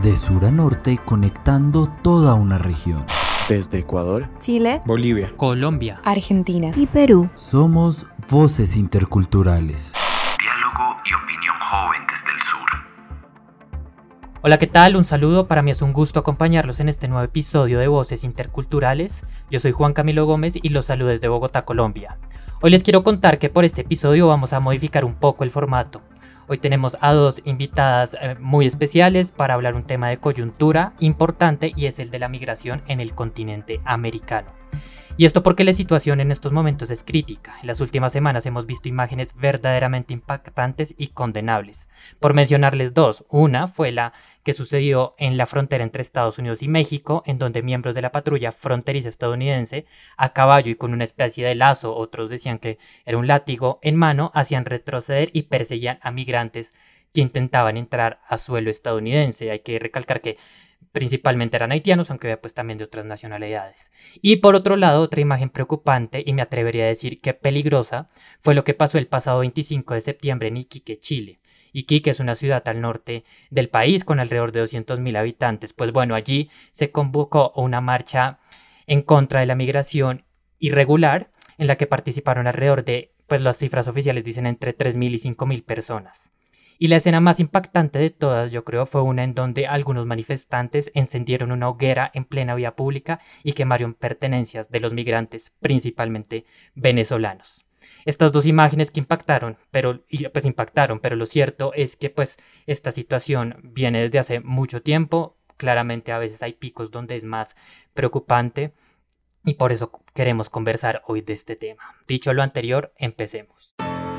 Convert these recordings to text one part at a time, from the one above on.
De sur a norte, conectando toda una región. Desde Ecuador, Chile, Bolivia, Colombia, Argentina y Perú. Somos Voces Interculturales. Diálogo y opinión joven desde el sur. Hola, ¿qué tal? Un saludo, para mí es un gusto acompañarlos en este nuevo episodio de Voces Interculturales. Yo soy Juan Camilo Gómez y los saludo desde Bogotá, Colombia. Hoy les quiero contar que por este episodio vamos a modificar un poco el formato. Hoy tenemos a dos invitadas muy especiales para hablar un tema de coyuntura importante y es el de la migración en el continente americano. Y esto porque la situación en estos momentos es crítica. En las últimas semanas hemos visto imágenes verdaderamente impactantes y condenables. Por mencionarles dos, una fue la que sucedió en la frontera entre Estados Unidos y México, en donde miembros de la patrulla fronteriza estadounidense, a caballo y con una especie de lazo, otros decían que era un látigo en mano, hacían retroceder y perseguían a migrantes que intentaban entrar a suelo estadounidense. Hay que recalcar que principalmente eran haitianos, aunque había pues también de otras nacionalidades. Y por otro lado, otra imagen preocupante, y me atrevería a decir que peligrosa, fue lo que pasó el pasado 25 de septiembre en Iquique, Chile. Iquique es una ciudad al norte del país con alrededor de 200.000 habitantes. Pues bueno, allí se convocó una marcha en contra de la migración irregular, en la que participaron alrededor de, pues las cifras oficiales dicen entre 3.000 y 5.000 personas. Y la escena más impactante de todas, yo creo, fue una en donde algunos manifestantes encendieron una hoguera en plena vía pública y quemaron pertenencias de los migrantes, principalmente venezolanos. Estas dos imágenes que impactaron, pero lo cierto es que pues esta situación viene desde hace mucho tiempo. Claramente a veces hay picos donde es más preocupante y por eso queremos conversar hoy de este tema. Dicho lo anterior, empecemos.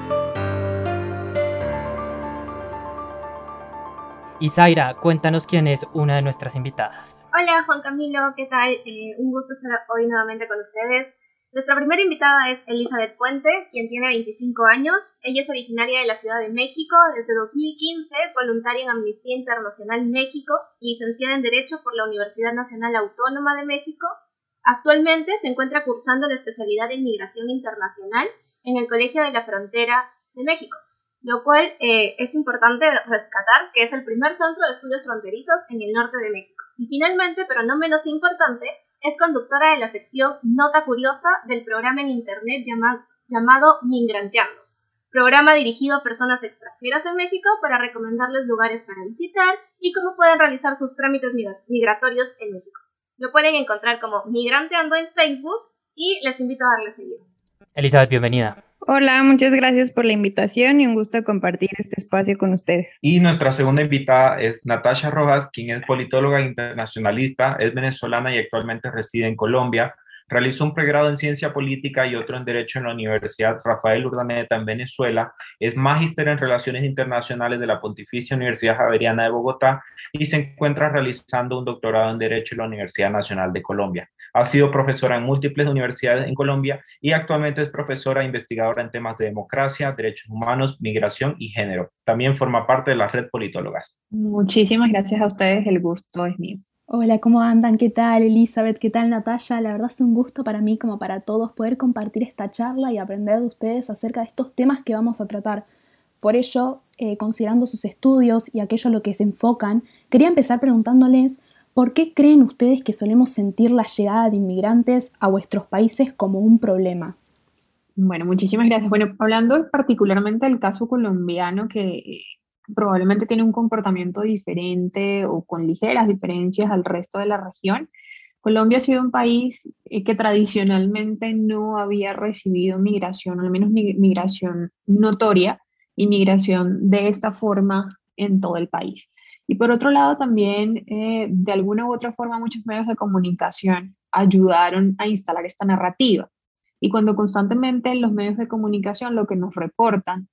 Y Zaira, cuéntanos quién es una de nuestras invitadas. Hola Juan Camilo, ¿qué tal? Un gusto estar hoy nuevamente con ustedes. Nuestra primera invitada es Elizabeth Puente, quien tiene 25 años. Ella es originaria de la Ciudad de México. Desde 2015 es voluntaria en Amnistía Internacional México y licenciada en Derecho por la Universidad Nacional Autónoma de México. Actualmente se encuentra cursando la especialidad en Migración Internacional en el Colegio de la Frontera de México, lo cual es importante rescatar que es el primer centro de estudios fronterizos en el norte de México. Y finalmente, pero no menos importante, es conductora de la sección Nota Curiosa del programa en internet llamado Migranteando, programa dirigido a personas extranjeras en México para recomendarles lugares para visitar y cómo pueden realizar sus trámites migratorios en México. Lo pueden encontrar como Migranteando en Facebook y les invito a darle seguir. Elizabeth, bienvenida. Hola, muchas gracias por la invitación y un gusto compartir este espacio con ustedes. Y nuestra segunda invitada es Natasha Rojas, quien es politóloga internacionalista, es venezolana y actualmente reside en Colombia. Realizó un pregrado en Ciencia Política y otro en Derecho en la Universidad Rafael Urdaneta en Venezuela. Es magíster en Relaciones Internacionales de la Pontificia Universidad Javeriana de Bogotá y se encuentra realizando un doctorado en Derecho en la Universidad Nacional de Colombia. Ha sido profesora en múltiples universidades en Colombia y actualmente es profesora e investigadora en temas de democracia, derechos humanos, migración y género. También forma parte de la Red Politólogas. Muchísimas gracias a ustedes, el gusto es mío. Hola, ¿cómo andan? ¿Qué tal Elizabeth? ¿Qué tal Natalia? La verdad es un gusto para mí como para todos poder compartir esta charla y aprender de ustedes acerca de estos temas que vamos a tratar. Por ello, considerando sus estudios y aquello a lo que se enfocan, quería empezar preguntándoles ¿por qué creen ustedes que solemos sentir la llegada de inmigrantes a vuestros países como un problema? Bueno, muchísimas gracias. Bueno, hablando particularmente del caso colombiano, que probablemente tiene un comportamiento diferente o con ligeras diferencias al resto de la región, Colombia ha sido un país que tradicionalmente no había recibido migración, al menos migración notoria y migración de esta forma en todo el país. Y por otro lado también, de alguna u otra forma, muchos medios de comunicación ayudaron a instalar esta narrativa. Y cuando constantemente los medios de comunicación lo que nos reportan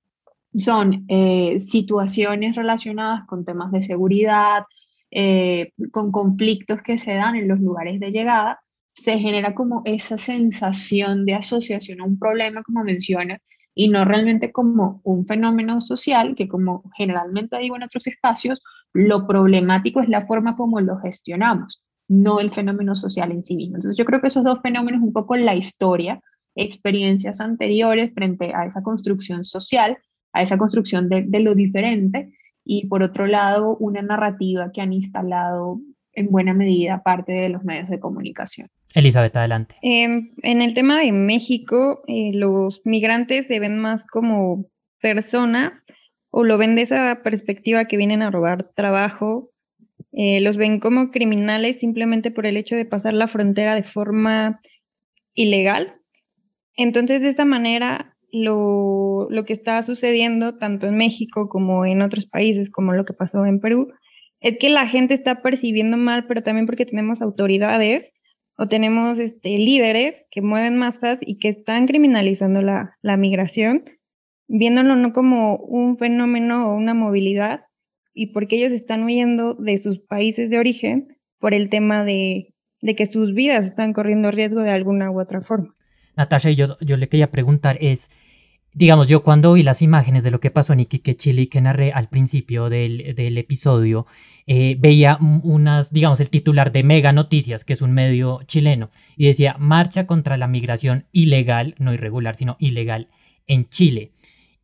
son situaciones relacionadas con temas de seguridad, con conflictos que se dan en los lugares de llegada, se genera como esa sensación de asociación a un problema, como menciona, y no realmente como un fenómeno social, que como generalmente digo en otros espacios, lo problemático es la forma como lo gestionamos, no el fenómeno social en sí mismo. Entonces yo creo que esos dos fenómenos, un poco la historia, experiencias anteriores frente a esa construcción social, a esa construcción de lo diferente, y por otro lado una narrativa que han instalado en buena medida parte de los medios de comunicación. Elizabeth, adelante. En el tema de México, los migrantes se ven más como persona o lo ven de esa perspectiva que vienen a robar trabajo, los ven como criminales simplemente por el hecho de pasar la frontera de forma ilegal. Entonces, de esta manera, lo que está sucediendo tanto en México como en otros países, como lo que pasó en Perú, es que la gente está percibiendo mal, pero también porque tenemos autoridades o tenemos líderes que mueven masas y que están criminalizando la migración, viéndolo no como un fenómeno o una movilidad, y porque ellos están huyendo de sus países de origen por el tema de que sus vidas están corriendo riesgo de alguna u otra forma. Natasha, y yo le quería preguntar es, digamos, yo cuando vi las imágenes de lo que pasó en Iquique, Chile, que narré al principio del episodio, veía digamos, el titular de Mega Noticias, que es un medio chileno, y decía, marcha contra la migración ilegal, no irregular, sino ilegal, en Chile.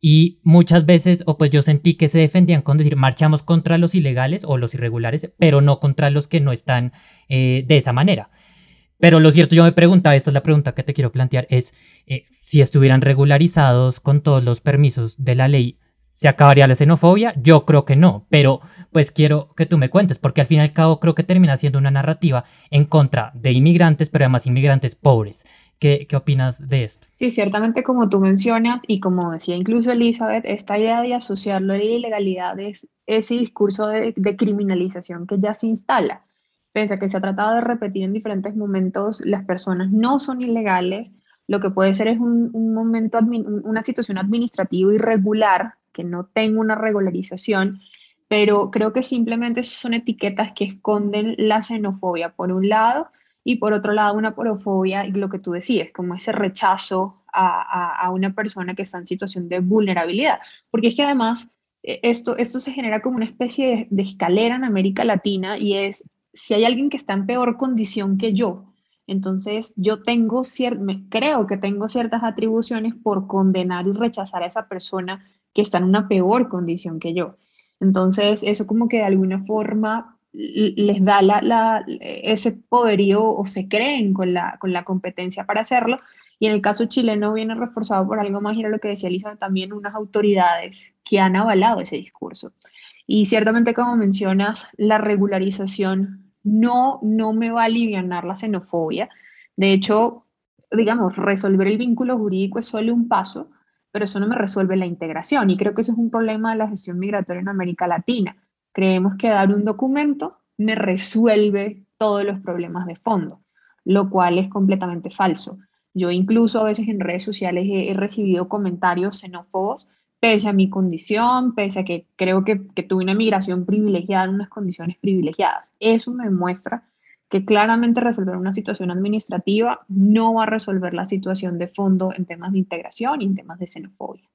Y muchas veces, pues yo sentí que se defendían con decir, marchamos contra los ilegales o los irregulares, pero no contra los que no están de esa manera. Pero lo cierto, yo me preguntaba, esta es la pregunta que te quiero plantear, es si estuvieran regularizados con todos los permisos de la ley, ¿se acabaría la xenofobia? Yo creo que no, pero pues quiero que tú me cuentes, porque al fin y al cabo creo que termina siendo una narrativa en contra de inmigrantes, pero además inmigrantes pobres. ¿Qué opinas de esto? Sí, ciertamente como tú mencionas y como decía incluso Elizabeth, esta idea de asociarlo a la ilegalidad es ese discurso de criminalización que ya se instala. Pese a que se ha tratado de repetir en diferentes momentos, las personas no son ilegales, lo que puede ser es un momento, una situación administrativa irregular, que no tenga una regularización, pero creo que simplemente son etiquetas que esconden la xenofobia por un lado y por otro lado una porofobia, y lo que tú decías, como ese rechazo a una persona que está en situación de vulnerabilidad. Porque es que además esto se genera como una especie de escalera en América Latina y es, si hay alguien que está en peor condición que yo, entonces yo creo que tengo ciertas atribuciones por condenar y rechazar a esa persona que está en una peor condición que yo. Entonces eso como que de alguna forma les da ese poderío o se creen con la competencia para hacerlo. Y en el caso chileno viene reforzado por algo más, y era lo que decía Elisa, también unas autoridades que han avalado ese discurso. Y ciertamente, como mencionas, la regularización no me va a alivianar la xenofobia. De hecho, digamos, resolver el vínculo jurídico es solo un paso, pero eso no me resuelve la integración. Y creo que eso es un problema de la gestión migratoria en América Latina. Creemos que dar un documento me resuelve todos los problemas de fondo, lo cual es completamente falso. Yo incluso a veces en redes sociales he recibido comentarios xenófobos pese a mi condición, pese a que creo que tuve una migración privilegiada en unas condiciones privilegiadas. Eso me demuestra que claramente resolver una situación administrativa no va a resolver la situación de fondo en temas de integración y en temas de xenofobia.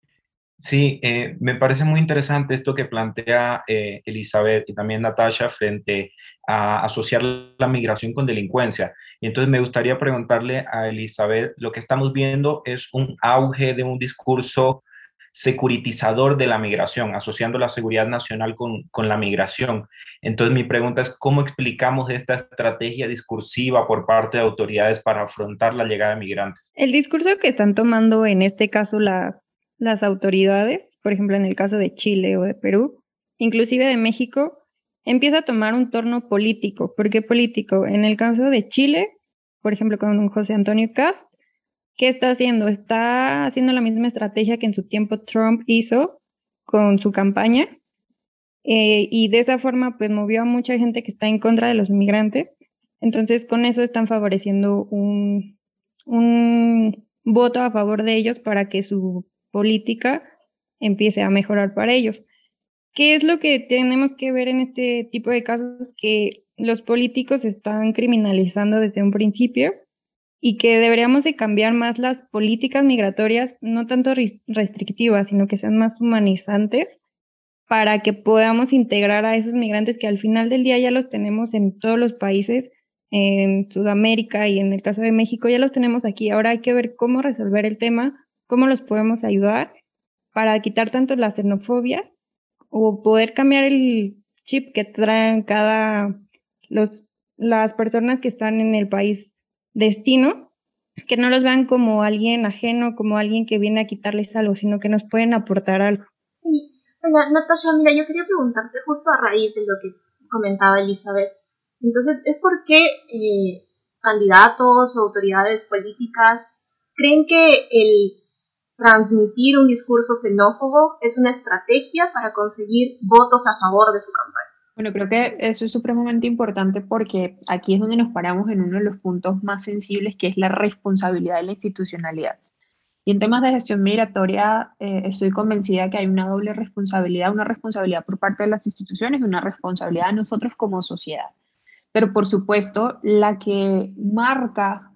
Sí, me parece muy interesante esto que plantea Elizabeth y también Natasha frente a asociar la migración con delincuencia. Y entonces me gustaría preguntarle a Elizabeth, lo que estamos viendo es un auge de un discurso securitizador de la migración, asociando la seguridad nacional con la migración. Entonces mi pregunta es, ¿cómo explicamos esta estrategia discursiva por parte de autoridades para afrontar la llegada de migrantes? El discurso que están tomando en este caso las autoridades, por ejemplo en el caso de Chile o de Perú, inclusive de México, empieza a tomar un tono político. ¿Por qué político? En el caso de Chile, por ejemplo con José Antonio Kast, ¿qué está haciendo? Está haciendo la misma estrategia que en su tiempo Trump hizo con su campaña, y de esa forma pues movió a mucha gente que está en contra de los migrantes. Entonces con eso están favoreciendo un voto a favor de ellos para que su política empiece a mejorar para ellos. ¿Qué es lo que tenemos que ver en este tipo de casos? Que los políticos están criminalizando desde un principio y que deberíamos de cambiar más las políticas migratorias, no tanto restrictivas, sino que sean más humanizantes, para que podamos integrar a esos migrantes que al final del día ya los tenemos en todos los países, en Sudamérica y en el caso de México ya los tenemos aquí. Ahora hay que ver cómo resolver el tema, cómo los podemos ayudar para quitar tanto la xenofobia o poder cambiar el chip que traen las personas que están en el país destino, que no los vean como alguien ajeno, como alguien que viene a quitarles algo, sino que nos pueden aportar algo. Sí, oiga, Natasha, mira, yo quería preguntarte justo a raíz de lo que comentaba Elizabeth. Entonces, ¿es por qué candidatos o autoridades políticas creen que el transmitir un discurso xenófobo es una estrategia para conseguir votos a favor de su campaña? Bueno, creo que eso es supremamente importante porque aquí es donde nos paramos en uno de los puntos más sensibles, que es la responsabilidad de la institucionalidad. Y en temas de gestión migratoria, estoy convencida que hay una doble responsabilidad, una responsabilidad por parte de las instituciones y una responsabilidad de nosotros como sociedad. Pero por supuesto, la que marca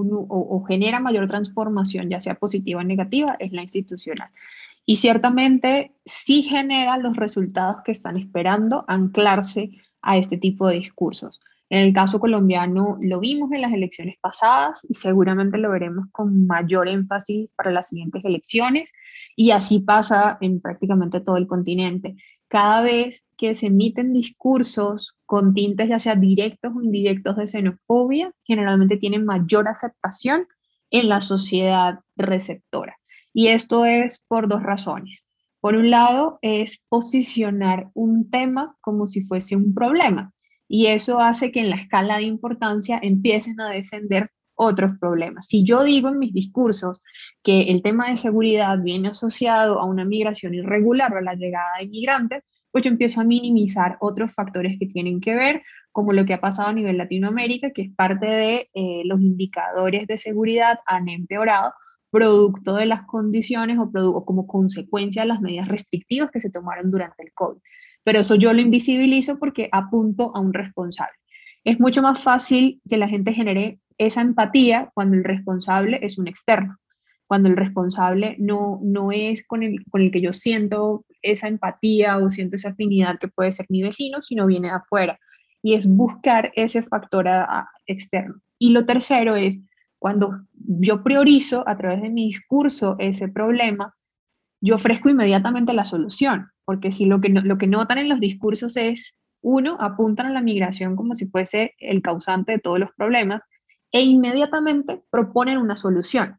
o genera mayor transformación, ya sea positiva o negativa, es la institucional. Y ciertamente sí genera los resultados que están esperando anclarse a este tipo de discursos. En el caso colombiano lo vimos en las elecciones pasadas y seguramente lo veremos con mayor énfasis para las siguientes elecciones, y así pasa en prácticamente todo el continente. Cada vez que se emiten discursos con tintes ya sea directos o indirectos de xenofobia, generalmente tienen mayor aceptación en la sociedad receptora. Y esto es por dos razones. Por un lado, es posicionar un tema como si fuese un problema, y eso hace que en la escala de importancia empiecen a descender otros problemas. Si yo digo en mis discursos que el tema de seguridad viene asociado a una migración irregular o a la llegada de inmigrantes, pues yo empiezo a minimizar otros factores que tienen que ver, como lo que ha pasado a nivel Latinoamérica, que es parte de los indicadores de seguridad han empeorado producto de las condiciones o como consecuencia de las medidas restrictivas que se tomaron durante el COVID. Pero eso yo lo invisibilizo porque apunto a un responsable. Es mucho más fácil que la gente genere esa empatía cuando el responsable es un externo, cuando el responsable no es con el que yo siento esa empatía o siento esa afinidad que puede ser mi vecino, sino viene de afuera. Y es buscar ese factor externo. Y lo tercero es, cuando yo priorizo a través de mi discurso ese problema, yo ofrezco inmediatamente la solución, porque si lo que notan en los discursos es, uno, apuntan a la migración como si fuese el causante de todos los problemas, e inmediatamente proponen una solución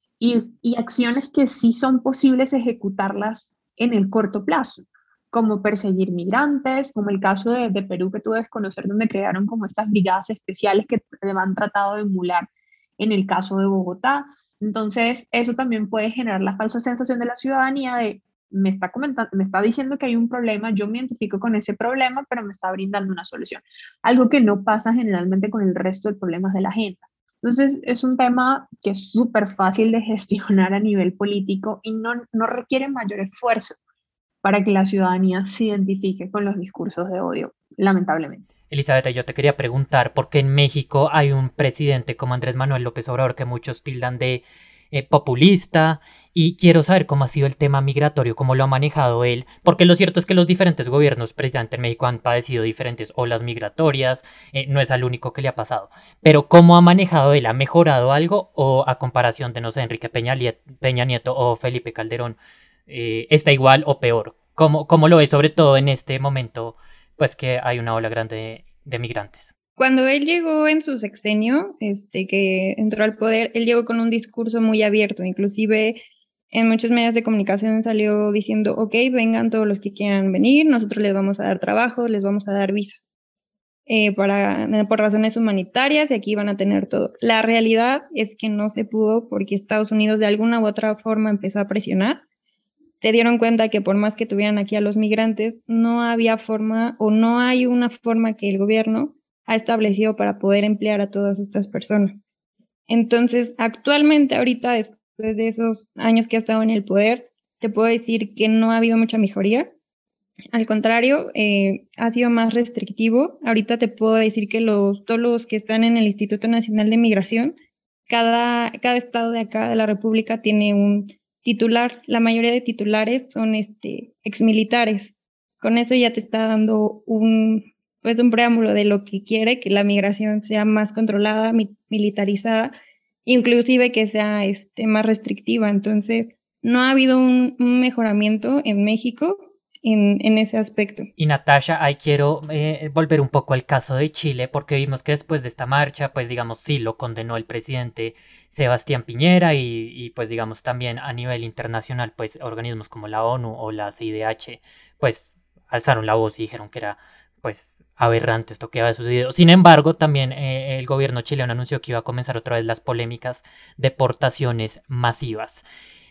y acciones que sí son posibles ejecutarlas en el corto plazo, como perseguir migrantes, como el caso de Perú que tú debes conocer, donde crearon como estas brigadas especiales que han tratado de emular en el caso de Bogotá. Entonces, eso también puede generar la falsa sensación de la ciudadanía de me está diciendo que hay un problema, yo me identifico con ese problema, pero me está brindando una solución. Algo que no pasa generalmente con el resto de problemas de la agenda. Entonces, es un tema que es súper fácil de gestionar a nivel político y no requiere mayor esfuerzo para que la ciudadanía se identifique con los discursos de odio, lamentablemente. Elizabeth, yo te quería preguntar, ¿por qué en México hay un presidente como Andrés Manuel López Obrador que muchos tildan de populista? Y quiero saber cómo ha sido el tema migratorio, cómo lo ha manejado él, porque lo cierto es que los diferentes gobiernos, precisamente en México, han padecido diferentes olas migratorias, no es al único que le ha pasado. Pero ¿cómo ha manejado él? ¿Ha mejorado algo? ¿O a comparación de, no sé, Enrique Peña Nieto o Felipe Calderón, está igual o peor? ¿Cómo lo ves, sobre todo en este momento, pues que hay una ola grande de migrantes? Cuando él llegó en su sexenio, que entró al poder, él llegó con un discurso muy abierto, inclusive en muchos medios de comunicación salió diciendo, ok, vengan todos los que quieran venir, nosotros les vamos a dar trabajo, les vamos a dar visa, por razones humanitarias, y aquí van a tener todo. La realidad es que no se pudo porque Estados Unidos de alguna u otra forma empezó a presionar. Se dieron cuenta que por más que tuvieran aquí a los migrantes, no había forma o no hay una forma que el gobierno ha establecido para poder emplear a todas estas personas. Entonces, actualmente, ahorita, después de esos años que ha estado en el poder, te puedo decir que no ha habido mucha mejoría. Al contrario, ha sido más restrictivo. Ahorita te puedo decir que todos los que están en el Instituto Nacional de Migración, cada estado de acá de la República tiene un titular. La mayoría de titulares son exmilitares. Con eso ya te está dando un preámbulo de lo que quiere, que la migración sea más controlada, militarizada, inclusive que sea más restrictiva. Entonces, no ha habido un mejoramiento en México en ese aspecto. Y Natasha, ahí quiero volver un poco al caso de Chile, porque vimos que después de esta marcha, pues digamos, sí lo condenó el presidente Sebastián Piñera y pues digamos también a nivel internacional, pues organismos como la ONU o la CIDH, pues alzaron la voz y dijeron que era pues aberrante esto que había sucedido. Sin embargo, también el gobierno chileno anunció que iba a comenzar otra vez las polémicas deportaciones masivas.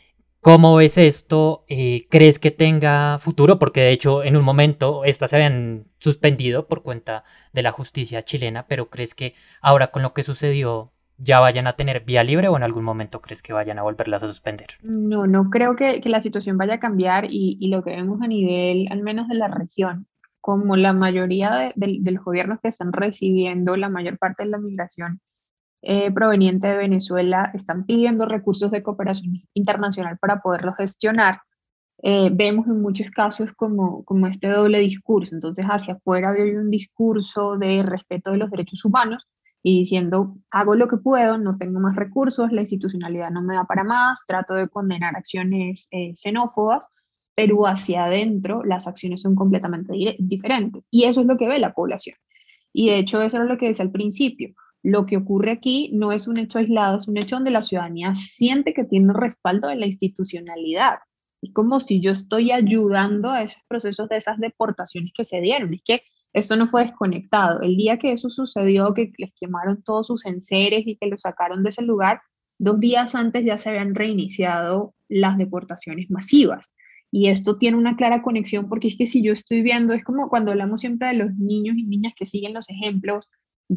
¿Cómo ves esto? ¿Crees que tenga futuro? Porque de hecho en un momento estas se habían suspendido por cuenta de la justicia chilena, pero ¿crees que ahora con lo que sucedió ya vayan a tener vía libre o en algún momento crees que vayan a volverlas a suspender? No, no creo que la situación vaya a cambiar y lo que vemos a nivel, al menos de la región, como la mayoría de los gobiernos que están recibiendo la mayor parte de la migración proveniente de Venezuela, están pidiendo recursos de cooperación internacional para poderlo gestionar. Vemos en muchos casos como este doble discurso. Entonces, hacia afuera hay un discurso de respeto de los derechos humanos y diciendo, hago lo que puedo, no tengo más recursos, la institucionalidad no me da para más, trato de condenar acciones xenófobas, pero hacia adentro las acciones son completamente diferentes. Y eso es lo que ve la población. Y de hecho, eso era lo que decía al principio. Lo que ocurre aquí no es un hecho aislado, es un hecho donde la ciudadanía siente que tiene respaldo de la institucionalidad. Es como si yo estoy ayudando a esos procesos de esas deportaciones que se dieron. Es que esto no fue desconectado. El día que eso sucedió, que les quemaron todos sus enseres y que los sacaron de ese lugar, 2 días antes ya se habían reiniciado las deportaciones masivas. Y esto tiene una clara conexión porque es que si yo estoy viendo, es como cuando hablamos siempre de los niños y niñas que siguen los ejemplos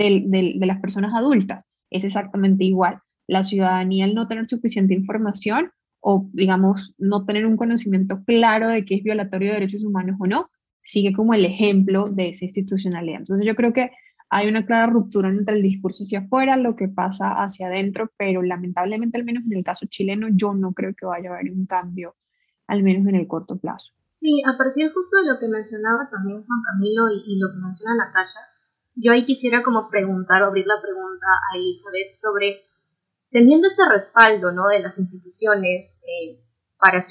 de las personas adultas. Es exactamente igual. La ciudadanía, al no tener suficiente información o, digamos, no tener un conocimiento claro de qué es violatorio de derechos humanos o no, sigue como el ejemplo de esa institucionalidad. Entonces yo creo que hay una clara ruptura entre el discurso hacia afuera, lo que pasa hacia adentro, pero lamentablemente, al menos en el caso chileno, yo no creo que vaya a haber un cambio, al menos en el corto plazo. Sí, a partir justo de lo que mencionaba también Juan Camilo y lo que menciona Natasha, yo ahí quisiera como preguntar o abrir la pregunta a Elizabeth sobre, teniendo este respaldo, ¿no?, de las instituciones para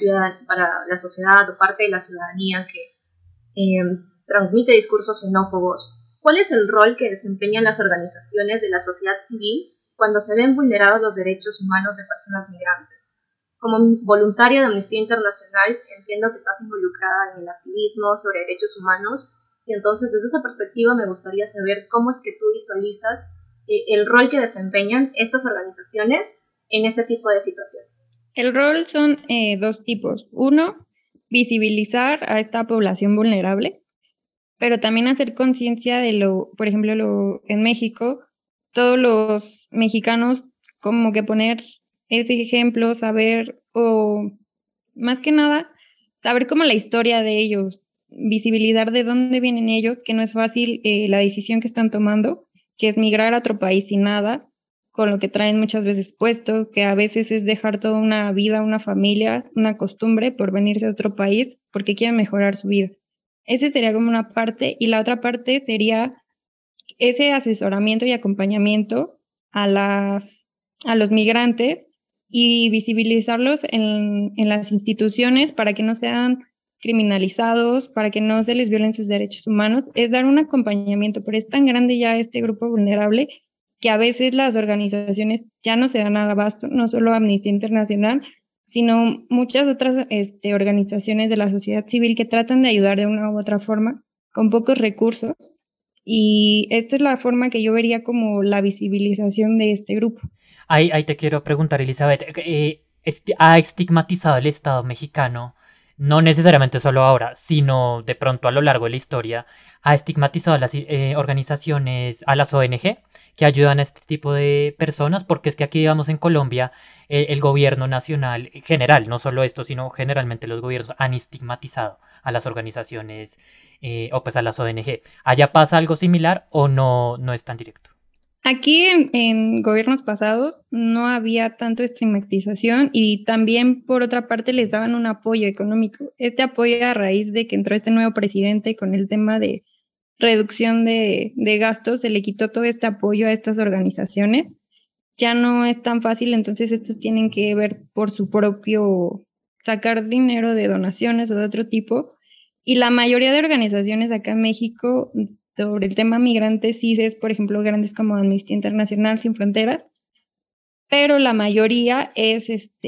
la sociedad o parte de la ciudadanía que transmite discursos xenófobos, ¿cuál es el rol que desempeñan las organizaciones de la sociedad civil cuando se ven vulnerados los derechos humanos de personas migrantes? Como voluntaria de Amnistía Internacional, entiendo que estás involucrada en el activismo sobre derechos humanos, y entonces desde esa perspectiva me gustaría saber cómo es que tú visualizas el rol que desempeñan estas organizaciones en este tipo de situaciones. El rol son dos tipos. Uno, visibilizar a esta población vulnerable, pero también hacer conciencia de por ejemplo, en México, todos los mexicanos como que poner ese ejemplo, saber, o más que nada, saber como la historia de ellos, visibilizar de dónde vienen ellos, que no es fácil la decisión que están tomando, que es migrar a otro país sin nada, con lo que traen muchas veces puesto, que a veces es dejar toda una vida, una familia, una costumbre por venirse a otro país porque quieren mejorar su vida. Ese sería como una parte, y la otra parte sería ese asesoramiento y acompañamiento a los migrantes y visibilizarlos en las instituciones para que no sean criminalizados, para que no se les violen sus derechos humanos, es dar un acompañamiento, pero es tan grande ya este grupo vulnerable que a veces las organizaciones ya no se dan abasto, no solo Amnistía Internacional, sino muchas otras organizaciones de la sociedad civil que tratan de ayudar de una u otra forma con pocos recursos, y esta es la forma que yo vería como la visibilización de este grupo. Ahí te quiero preguntar, Elizabeth, ¿ha estigmatizado el Estado mexicano, no necesariamente solo ahora, sino de pronto a lo largo de la historia, ha estigmatizado a las organizaciones, a las ONG que ayudan a este tipo de personas? Porque es que aquí, digamos, en Colombia, el gobierno nacional, en general, no solo esto, sino generalmente los gobiernos han estigmatizado a las organizaciones o pues a las ONG. ¿Allá pasa algo similar o no es tan directo? Aquí en gobiernos pasados no había tanto estigmatización, y también por otra parte les daban un apoyo económico. Este apoyo a raíz de que entró este nuevo presidente con el tema de reducción de gastos, se le quitó todo este apoyo a estas organizaciones. Ya no es tan fácil, entonces estos tienen que ver por su propio, sacar dinero de donaciones o de otro tipo, Y la mayoría de organizaciones acá en México sobre el tema migrantes sí es, por ejemplo, grandes como Amnistía Internacional, Sin Fronteras, pero la mayoría es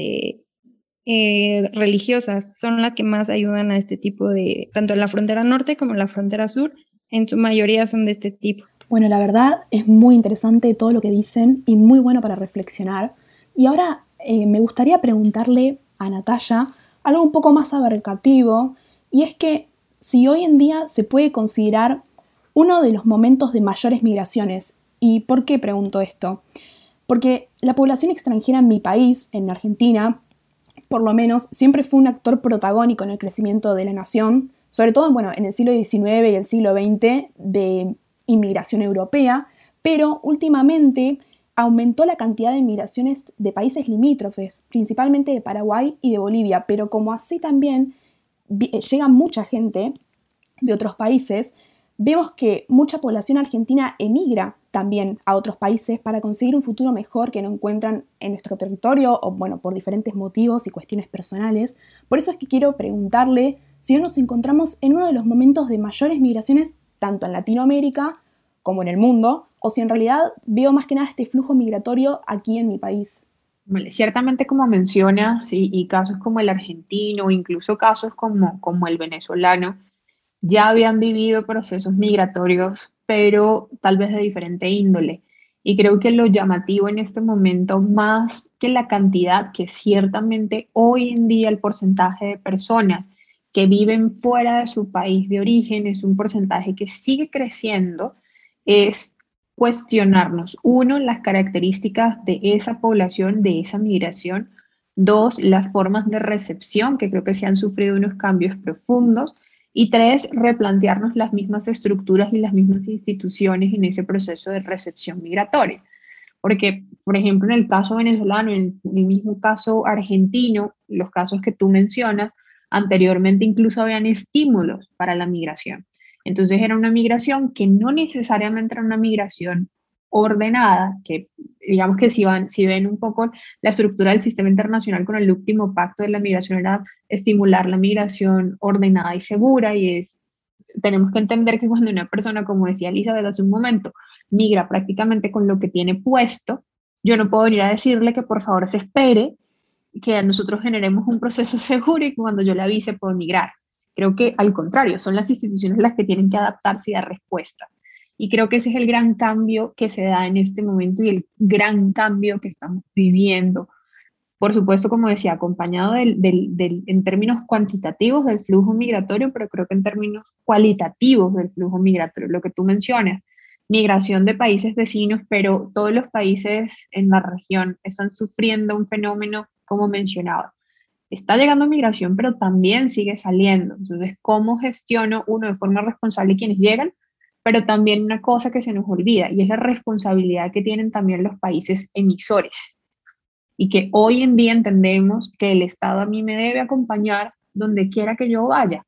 religiosas, son las que más ayudan a este tipo de, tanto en la frontera norte como en la frontera sur, en su mayoría son de este tipo. Bueno, la verdad es muy interesante todo lo que dicen y muy bueno para reflexionar. Y ahora me gustaría preguntarle a Natalia algo un poco más abarcativo, y es que si hoy en día se puede considerar uno de los momentos de mayores migraciones. ¿Y por qué pregunto esto? Porque la población extranjera en mi país, en Argentina, por lo menos, siempre fue un actor protagónico en el crecimiento de la nación, sobre todo en el siglo XIX y el siglo XX de inmigración europea, pero últimamente aumentó la cantidad de migraciones de países limítrofes, principalmente de Paraguay y de Bolivia, pero como así también llega mucha gente de otros países, vemos que mucha población argentina emigra también a otros países para conseguir un futuro mejor que no encuentran en nuestro territorio o por diferentes motivos y cuestiones personales. Por eso es que quiero preguntarle si hoy nos encontramos en uno de los momentos de mayores migraciones tanto en Latinoamérica como en el mundo, o si en realidad veo más que nada este flujo migratorio aquí en mi país. Vale, ciertamente, como mencionas, y casos como el argentino, incluso casos como el venezolano, ya habían vivido procesos migratorios, pero tal vez de diferente índole. Y creo que lo llamativo en este momento, más que la cantidad, que ciertamente hoy en día el porcentaje de personas que viven fuera de su país de origen es un porcentaje que sigue creciendo, es cuestionarnos, uno, las características de esa población, de esa migración; dos, las formas de recepción, que creo que se han sufrido unos cambios profundos; y tres, replantearnos las mismas estructuras y las mismas instituciones en ese proceso de recepción migratoria. Porque, por ejemplo, en el caso venezolano, en el mismo caso argentino, los casos que tú mencionas, anteriormente incluso habían estímulos para la migración. Entonces era una migración que no necesariamente era una migración ordenada, que digamos que si ven un poco la estructura del sistema internacional con el último pacto de la migración, era estimular la migración ordenada y segura, y tenemos que entender que cuando una persona, como decía Elizabeth hace un momento, migra prácticamente con lo que tiene puesto, yo no puedo venir a decirle que por favor se espere que nosotros generemos un proceso seguro y que cuando yo le avise puedo migrar. Creo que al contrario, son las instituciones las que tienen que adaptarse y dar respuesta. Y creo que ese es el gran cambio que se da en este momento y el gran cambio que estamos viviendo. Por supuesto, como decía, acompañado en términos cuantitativos del flujo migratorio, pero creo que en términos cualitativos del flujo migratorio, lo que tú mencionas, migración de países vecinos, pero todos los países en la región están sufriendo un fenómeno, como mencionaba. Está llegando migración, pero también sigue saliendo. Entonces, ¿cómo gestiono uno de forma responsable quienes llegan? Pero también una cosa que se nos olvida, y es la responsabilidad que tienen también los países emisores. Y que hoy en día entendemos que el Estado a mí me debe acompañar donde quiera que yo vaya.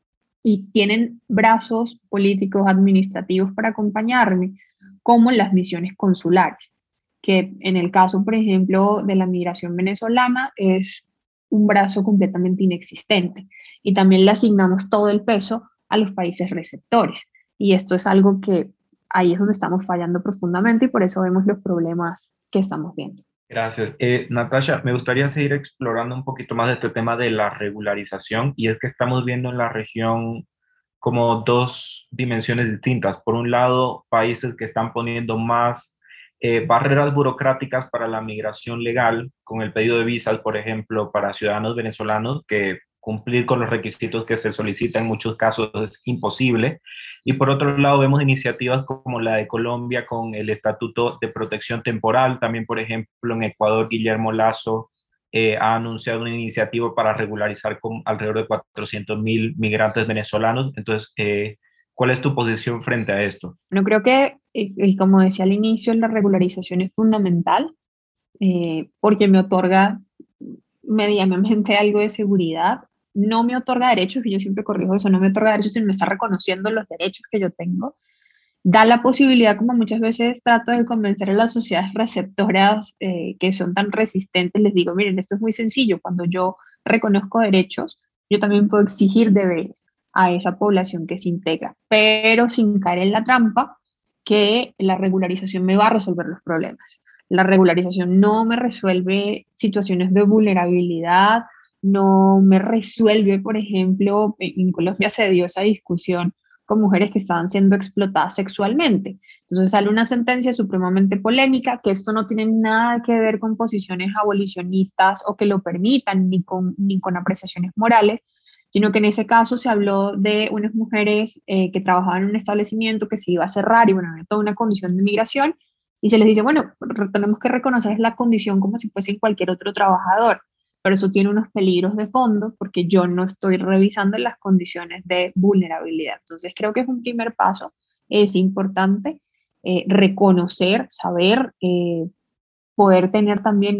Y tienen brazos políticos, administrativos para acompañarme, como las misiones consulares, que en el caso, por ejemplo, de la migración venezolana, es un brazo completamente inexistente. Y también le asignamos todo el peso a los países receptores. Y esto es algo que ahí es donde estamos fallando profundamente, y por eso vemos los problemas que estamos viendo. Gracias. Natalia, me gustaría seguir explorando un poquito más de este tema de la regularización, y es que estamos viendo en la región como dos dimensiones distintas. Por un lado, países que están poniendo más barreras burocráticas para la migración legal, con el pedido de visas, por ejemplo, para ciudadanos venezolanos, que cumplir con los requisitos que se solicitan en muchos casos es imposible. Y por otro lado, vemos iniciativas como la de Colombia con el Estatuto de Protección Temporal. También, por ejemplo, en Ecuador, Guillermo Lasso ha anunciado una iniciativa para regularizar con alrededor de 400.000 migrantes venezolanos. Entonces, ¿cuál es tu posición frente a esto? Bueno, creo que, como decía al inicio, la regularización es fundamental porque me otorga medianamente algo de seguridad. No me otorga derechos, y yo siempre corrijo eso, no me otorga derechos, sino me está reconociendo los derechos que yo tengo. Da la posibilidad, como muchas veces trato de convencer a las sociedades receptoras que son tan resistentes, les digo, miren, esto es muy sencillo, cuando yo reconozco derechos, yo también puedo exigir deberes. a esa población que se integra, pero sin caer en la trampa que la regularización me va a resolver los problemas. La regularización no me resuelve situaciones de vulnerabilidad, no me resuelve, por ejemplo, en Colombia se dio esa discusión con mujeres que estaban siendo explotadas sexualmente. Entonces sale una sentencia supremamente polémica, que esto no tiene nada que ver con posiciones abolicionistas o que lo permitan, ni con apreciaciones morales, sino que en ese caso se habló de unas mujeres que trabajaban en un establecimiento que se iba a cerrar y bueno, había toda una condición de migración y se les dice, bueno, tenemos que reconocer la condición como si fuese cualquier otro trabajador, pero eso tiene unos peligros de fondo porque yo no estoy revisando las condiciones de vulnerabilidad. Entonces creo que es un primer paso, es importante reconocer, saber, poder tener también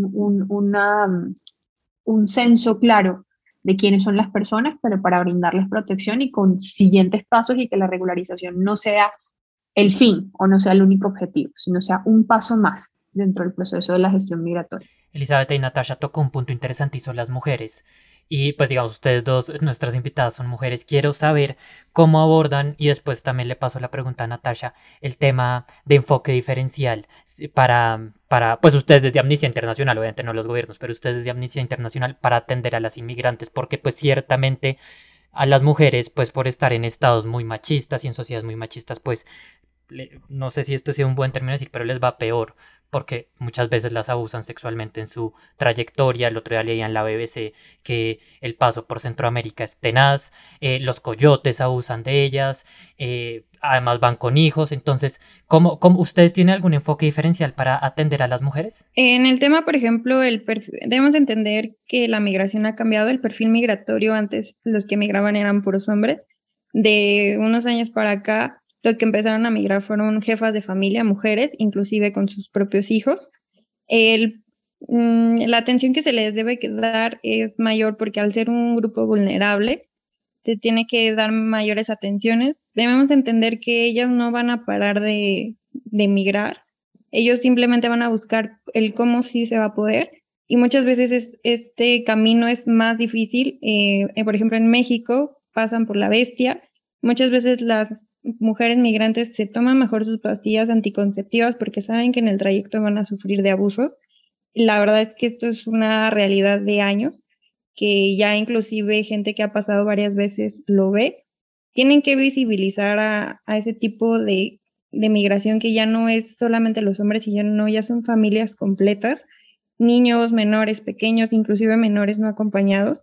un censo claro de quiénes son las personas, pero para brindarles protección y con siguientes pasos y que la regularización no sea el fin o no sea el único objetivo, sino sea un paso más dentro del proceso de la gestión migratoria. Elizabeth y Natasha tocó un punto interesante y son las mujeres. Y pues digamos, ustedes dos, nuestras invitadas son mujeres. Quiero saber cómo abordan, y después también le paso la pregunta a Natasha, el tema de enfoque diferencial pues ustedes desde Amnistía Internacional, obviamente no los gobiernos, pero ustedes desde Amnistía Internacional para atender a las inmigrantes, porque pues ciertamente a las mujeres, pues por estar en estados muy machistas y en sociedades muy machistas, pues no sé si esto sea un buen término decir, pero les va peor, porque muchas veces las abusan sexualmente en su trayectoria. El otro día leía en la BBC que el paso por Centroamérica es tenaz, los coyotes abusan de ellas, además van con hijos. Entonces, ¿cómo ustedes tienen algún enfoque diferencial para atender a las mujeres? En el tema, por ejemplo, debemos entender que la migración ha cambiado. El perfil migratorio, antes los que migraban eran puros hombres. De unos años para acá, los que empezaron a migrar fueron jefas de familia, mujeres, inclusive con sus propios hijos. La atención que se les debe dar es mayor porque al ser un grupo vulnerable, se tiene que dar mayores atenciones. Debemos entender que ellas no van a parar de migrar. Ellos simplemente van a buscar el cómo sí se va a poder. Y muchas veces este camino es más difícil. Por ejemplo, en México pasan por la bestia. Muchas veces las mujeres migrantes se toman mejor sus pastillas anticonceptivas porque saben que en el trayecto van a sufrir de abusos. La verdad es que esto es una realidad de años, que ya inclusive gente que ha pasado varias veces lo ve. Tienen que visibilizar a ese tipo de migración que ya no es solamente los hombres, ya son familias completas, niños, menores, pequeños, inclusive menores no acompañados.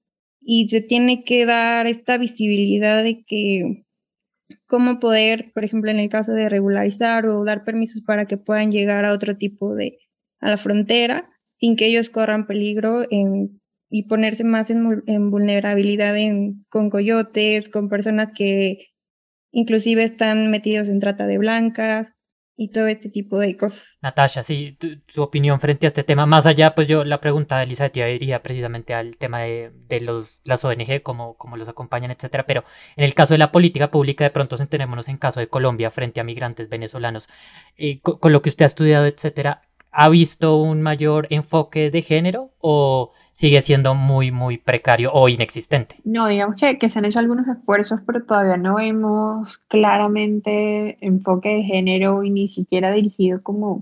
Y se tiene que dar esta visibilidad de que cómo poder, por ejemplo, en el caso de regularizar o dar permisos para que puedan llegar a otro tipo a la frontera, sin que ellos corran peligro y ponerse más en vulnerabilidad con coyotes, con personas que inclusive están metidos en trata de blancas y todo este tipo de cosas. Natasha, sí, su opinión frente a este tema, más allá, pues yo la pregunta de Elizabeth iría precisamente al tema de las ONG, cómo los acompañan, etcétera, pero en el caso de la política pública, de pronto centrémonos en caso de Colombia frente a migrantes venezolanos, con lo que usted ha estudiado, etcétera, ¿ha visto un mayor enfoque de género o sigue siendo muy, muy precario o inexistente? No, digamos que se han hecho algunos esfuerzos, pero todavía no vemos claramente enfoque de género y ni siquiera dirigido como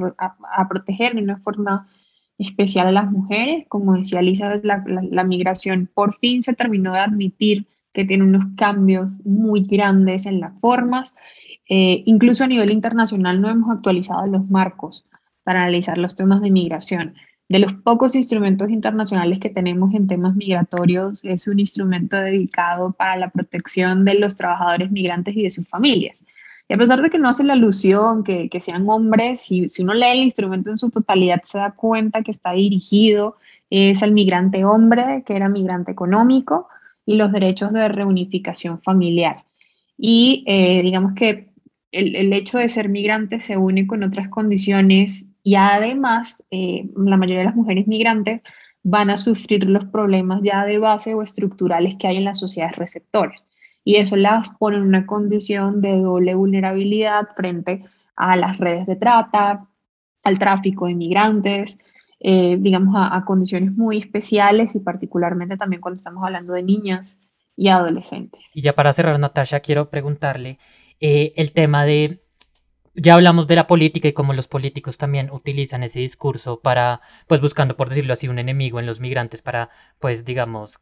a proteger de una forma especial a las mujeres. Como decía Elizabeth, la migración por fin se terminó de admitir que tiene unos cambios muy grandes en las formas. Incluso a nivel internacional no hemos actualizado los marcos para analizar los temas de migración. De los pocos instrumentos internacionales que tenemos en temas migratorios, es un instrumento dedicado para la protección de los trabajadores migrantes y de sus familias. Y a pesar de que no hace la alusión que sean hombres, si uno lee el instrumento en su totalidad, se da cuenta que está dirigido es al migrante hombre, que era migrante económico, y los derechos de reunificación familiar. Y digamos que el hecho de ser migrante se une con otras condiciones y además la mayoría de las mujeres migrantes van a sufrir los problemas ya de base o estructurales que hay en las sociedades receptores. Y eso las pone en una condición de doble vulnerabilidad frente a las redes de trata, al tráfico de migrantes, digamos a condiciones muy especiales y particularmente también cuando estamos hablando de niñas y adolescentes. Y ya para cerrar, Natasha, quiero preguntarle el tema de, ya hablamos de la política y cómo los políticos también utilizan ese discurso para, pues buscando, por decirlo así, un enemigo en los migrantes para, pues digamos,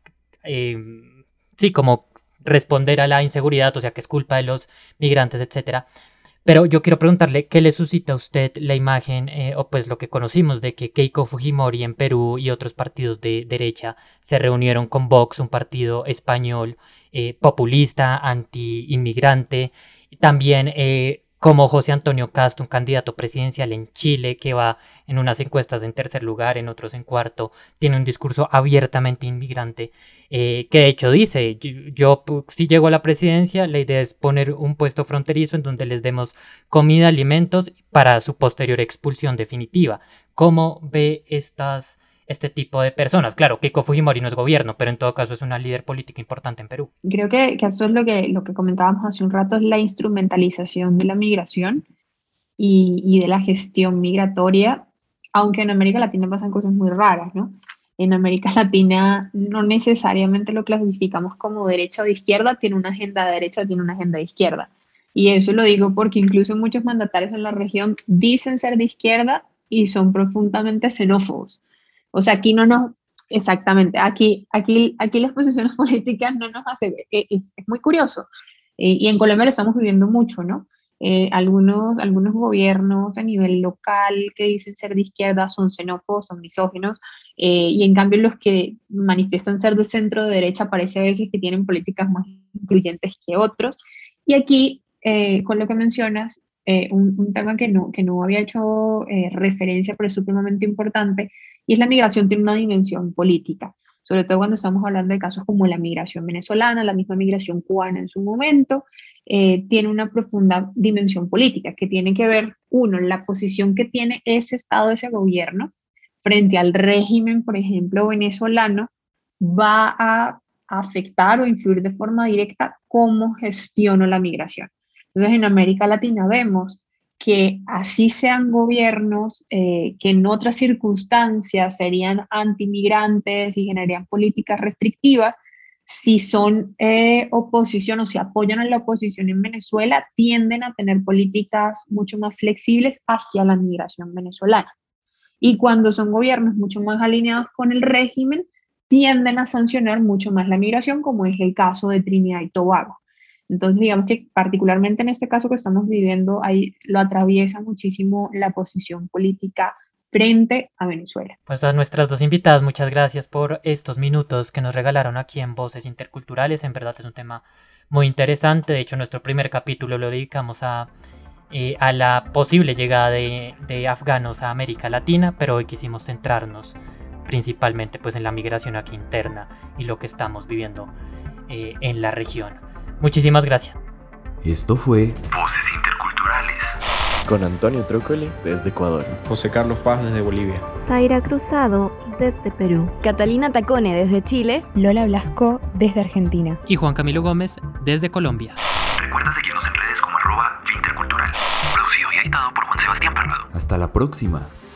sí, como responder a la inseguridad, o sea, que es culpa de los migrantes, etcétera. Pero yo quiero preguntarle, ¿qué le suscita a usted la imagen, o pues lo que conocimos de que Keiko Fujimori en Perú y otros partidos de derecha se reunieron con Vox, un partido español populista, anti-inmigrante, y también como José Antonio Cast, un candidato presidencial en Chile que va en unas encuestas en tercer lugar, en otros en cuarto, tiene un discurso abiertamente inmigrante, que de hecho dice, yo si llego a la presidencia, la idea es poner un puesto fronterizo en donde les demos comida, alimentos para su posterior expulsión definitiva. ¿Cómo ve este tipo de personas? Claro, Keiko Fujimori no es gobierno, pero en todo caso es una líder política importante en Perú. Creo que eso es lo que comentábamos hace un rato, es la instrumentalización de la migración y de la gestión migratoria, aunque en América Latina pasan cosas muy raras, ¿no? En América Latina no necesariamente lo clasificamos como derecha o de izquierda, tiene una agenda de derecha o tiene una agenda de izquierda. Y eso lo digo porque incluso muchos mandatarios en la región dicen ser de izquierda y son profundamente xenófobos. O sea, aquí no nos... Exactamente, aquí las posiciones políticas no nos hacen... Es muy curioso. Y en Colombia lo estamos viviendo mucho, ¿no? Algunos gobiernos a nivel local que dicen ser de izquierda son xenófobos, son misóginos, y en cambio los que manifiestan ser de centro de derecha parece a veces que tienen políticas más incluyentes que otros. Y aquí, con lo que mencionas, un tema que no había hecho referencia, pero es supremamente importante, y es la migración tiene una dimensión política, sobre todo cuando estamos hablando de casos como la migración venezolana, la misma migración cubana en su momento, tiene una profunda dimensión política que tiene que ver, uno, la posición que tiene ese Estado, ese gobierno, frente al régimen, por ejemplo, venezolano, va a afectar o influir de forma directa cómo gestiona la migración. Entonces, en América Latina vemos que así sean gobiernos que en otras circunstancias serían antimigrantes y generarían políticas restrictivas, si son oposición o si apoyan a la oposición en Venezuela, tienden a tener políticas mucho más flexibles hacia la migración venezolana. Y cuando son gobiernos mucho más alineados con el régimen, tienden a sancionar mucho más la migración, como es el caso de Trinidad y Tobago. Entonces, digamos que particularmente en este caso que estamos viviendo, ahí lo atraviesa muchísimo la posición política frente a Venezuela. Pues a nuestras dos invitadas, muchas gracias por estos minutos que nos regalaron aquí en Voces Interculturales. En verdad es un tema muy interesante. De hecho, nuestro primer capítulo lo dedicamos a la posible llegada de afganos a América Latina, pero hoy quisimos centrarnos principalmente pues en la migración aquí interna y lo que estamos viviendo en la región. Muchísimas gracias. Esto fue Voces Interculturales. Con Antonio Trócoli desde Ecuador, José Carlos Paz desde Bolivia, Zaira Cruzado desde Perú, Catalina Tacone desde Chile, Lola Blasco desde Argentina y Juan Camilo Gómez desde Colombia. Recuerda seguirnos en redes como @Fintercultural. Producido y editado por Juan Sebastián Parrado. Hasta la próxima.